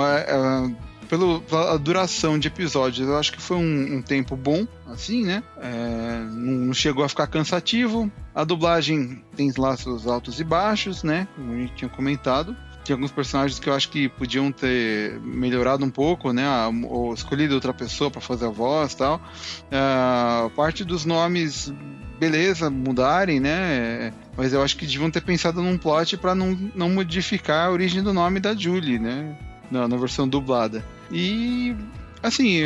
pela duração de episódios, eu acho que foi um tempo bom, assim, né? Não chegou a ficar cansativo. A dublagem tem lá seus altos e baixos, né? Como a gente tinha comentado. Tem alguns personagens que eu acho que podiam ter melhorado um pouco, né? Ou escolhido outra pessoa para fazer a voz e tal. Parte dos nomes, beleza, mudarem, né? Mas eu acho que deviam ter pensado num plot para não modificar a origem do nome da Julie, né? Na versão dublada. E, assim,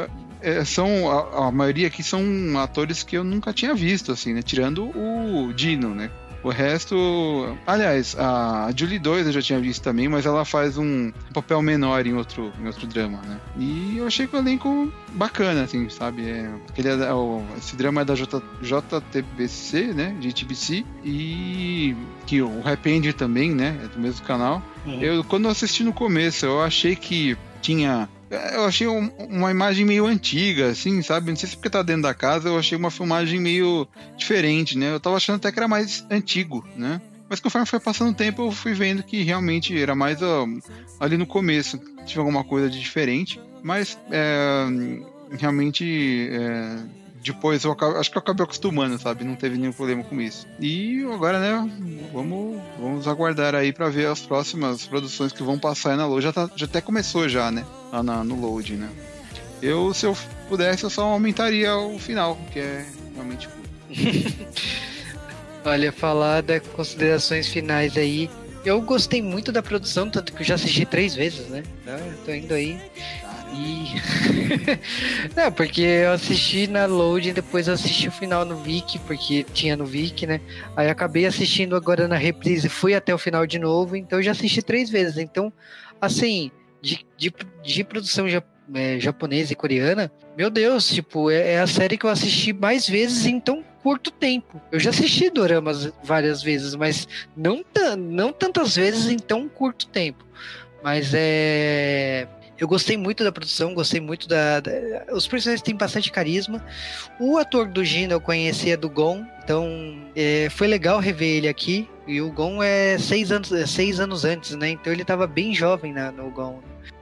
a maioria aqui são atores que eu nunca tinha visto, assim, né? Tirando o Dino, né? O resto... Aliás, a Julie 2 eu já tinha visto também, mas ela faz um papel menor em outro drama, né? E eu achei que o elenco bacana, assim, sabe? Esse drama é da JTBC, né? JTBC. E que o Happy End também, né? É do mesmo canal. Quando eu assisti no começo, eu achei que tinha... Eu achei uma imagem meio antiga, assim, sabe? Não sei se porque tá dentro da casa, eu achei uma filmagem meio diferente, né? Eu tava achando até que era mais antigo, né? Mas conforme foi passando o tempo, eu fui vendo que realmente era mais ali no começo. Tinha alguma coisa de diferente. Mas, realmente... Depois acho que eu acabei acostumando, sabe? Não teve nenhum problema com isso. E agora, né? Vamos aguardar aí pra ver as próximas produções que vão passar aí na Load. Já até começou já, né? Lá no Load, né? Se eu pudesse, eu só aumentaria o final, que é realmente cool. Olha, falar das considerações finais aí. Eu gostei muito da produção, tanto que eu já assisti 3 vezes, né? Eu tô indo aí. E... Não, porque eu assisti na Loading, depois eu assisti o final no Viki, porque tinha no Viki, né? Aí acabei assistindo agora na reprise, fui até o final de novo, então eu já assisti 3 vezes. Então, assim, de produção japonesa e coreana, meu Deus, tipo, é a série que eu assisti mais vezes em tão curto tempo. Eu já assisti doramas várias vezes, mas não tantas vezes em tão curto tempo. Mas eu gostei muito da produção, gostei muito os personagens têm bastante carisma. O ator do Gino eu conhecia do Gon, então foi legal rever ele aqui. E o Gon é 6 anos antes, né? Então ele tava bem jovem no Gon.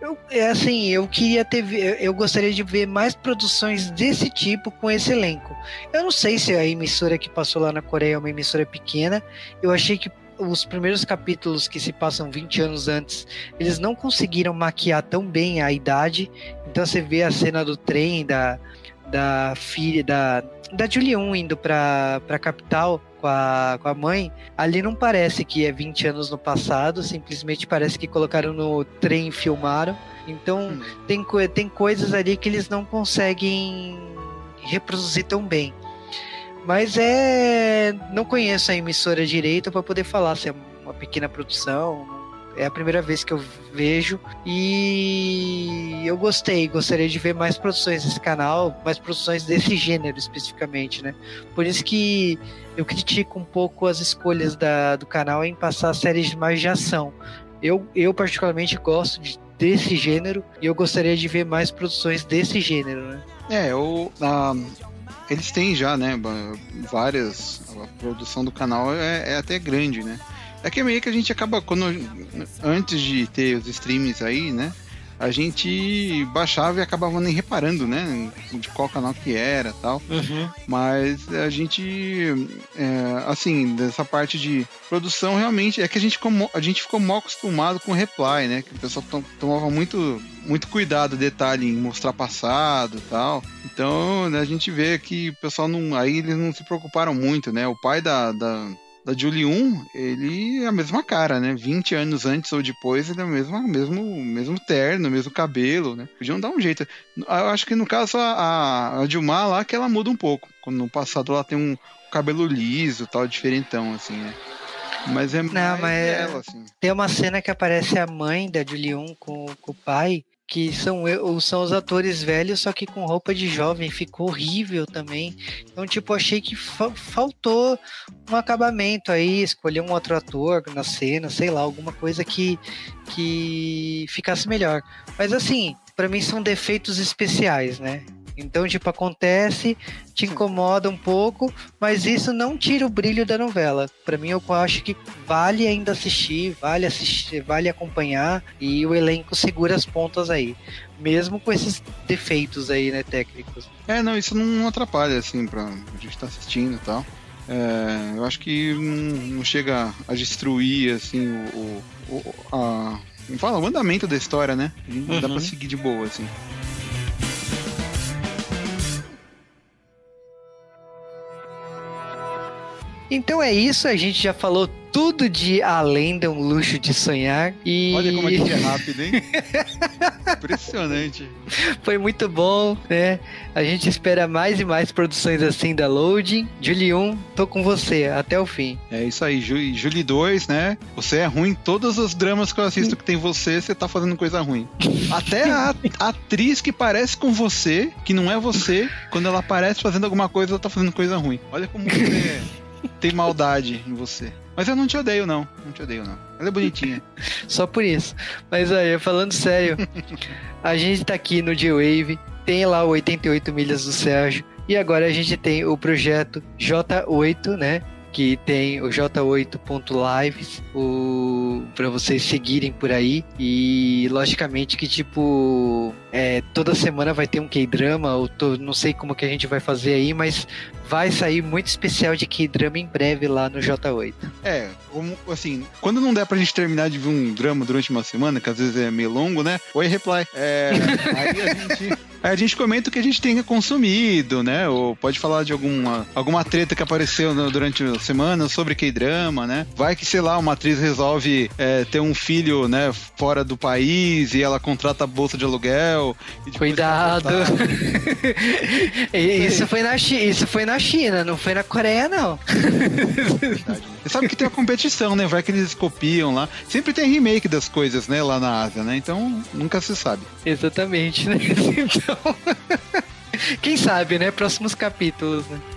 Eu gostaria de ver mais produções desse tipo com esse elenco. Eu não sei se a emissora que passou lá na Coreia é uma emissora pequena. Eu achei que os primeiros capítulos que se passam 20 anos antes, eles não conseguiram maquiar tão bem a idade. Então você vê a cena do trem da filha da Juliun indo pra capital com a mãe. Ali não parece que é 20 anos no passado, simplesmente parece que colocaram no trem e filmaram. Então tem coisas ali que eles não conseguem reproduzir tão bem. Mas não conheço a emissora direito para poder falar se é uma pequena produção. É a primeira vez que eu vejo e eu gostaria de ver mais produções desse canal, mais produções desse gênero especificamente, né? Por isso que eu critico um pouco as escolhas do canal em passar séries mais de ação. Eu particularmente gosto desse gênero e eu gostaria de ver mais produções desse gênero, né? Eles têm já, né, várias... A produção do canal é até grande, né? É que meio que a gente acaba, antes de ter os streamings aí, né, a gente baixava e acabava nem reparando, né, de qual canal que era e tal. Uhum. Mas a gente, assim, dessa parte de produção, realmente, é que a gente ficou mal acostumado com o Reply, né, que o pessoal tomava muito cuidado, detalhe em mostrar passado e tal. Então, né, a gente vê que o pessoal eles não se preocuparam muito, né, o pai da Juliun, ele é a mesma cara, né? 20 anos antes ou depois, ele é o mesmo terno, mesmo cabelo, né? Podiam dar um jeito. Eu acho que no caso a Dilma lá, que ela muda um pouco. Quando no passado ela tem um cabelo liso, tal, diferentão, assim, né? Mas ela, assim. Tem uma cena que aparece a mãe da Juliun com o pai, que são os atores velhos, só que com roupa de jovem, ficou horrível também. Então, tipo, achei que faltou um acabamento aí, escolher um outro ator na cena, sei lá, alguma coisa que ficasse melhor. Mas assim, pra mim são defeitos especiais, né? Então, tipo, acontece, te incomoda um pouco, mas isso não tira o brilho da novela. Pra mim, eu acho que vale ainda assistir, vale acompanhar, e o elenco segura as pontas aí, mesmo com esses defeitos aí, né, técnicos. Não, isso não atrapalha, assim, pra gente estar assistindo e tal. Eu acho que não chega a destruir, assim, o andamento da história, né? Dá pra seguir de boa, assim. Então é isso, a gente já falou tudo de A Lenda, um Luxo de Sonhar. E... Olha como a gente é rápido, hein? Impressionante. Foi muito bom, né? A gente espera mais e mais produções assim da Loading. Juliun, tô com você até o fim. É isso aí, Julie 2, né? Você é ruim, todos os dramas que eu assisto que tem você tá fazendo coisa ruim. Até a atriz que parece com você, que não é você, quando ela aparece fazendo alguma coisa, ela tá fazendo coisa ruim. Olha como você tem maldade em você. Mas eu não te odeio, não. Ela é bonitinha. Só por isso. Mas aí, falando sério, a gente tá aqui no J-Wave, tem lá o 88 milhas do Sérgio, e agora a gente tem o projeto J8, né? Que tem o J8.lives, pra vocês seguirem por aí. E logicamente que tipo toda semana vai ter um K-drama, não sei como que a gente vai fazer aí, mas vai sair muito especial de K-drama em breve lá no J8. Assim, quando não der pra gente terminar de ver um drama durante uma semana, que às vezes é meio longo, né? Oi, Reply. Aí a gente Aí a gente comenta o que a gente tenha consumido, né? Ou pode falar de alguma treta que apareceu durante a semana sobre K-drama, né? Vai que, sei lá, uma atriz resolve ter um filho, né, fora do país e ela contrata a bolsa de aluguel. Cuidado! Isso foi na China, não foi na Coreia, não. Você sabe que tem a competição, né? Vai que eles copiam lá. Sempre tem remake das coisas, né? Lá na Ásia, né? Então, nunca se sabe. Exatamente, né? Então... Quem sabe, né? Próximos capítulos, né?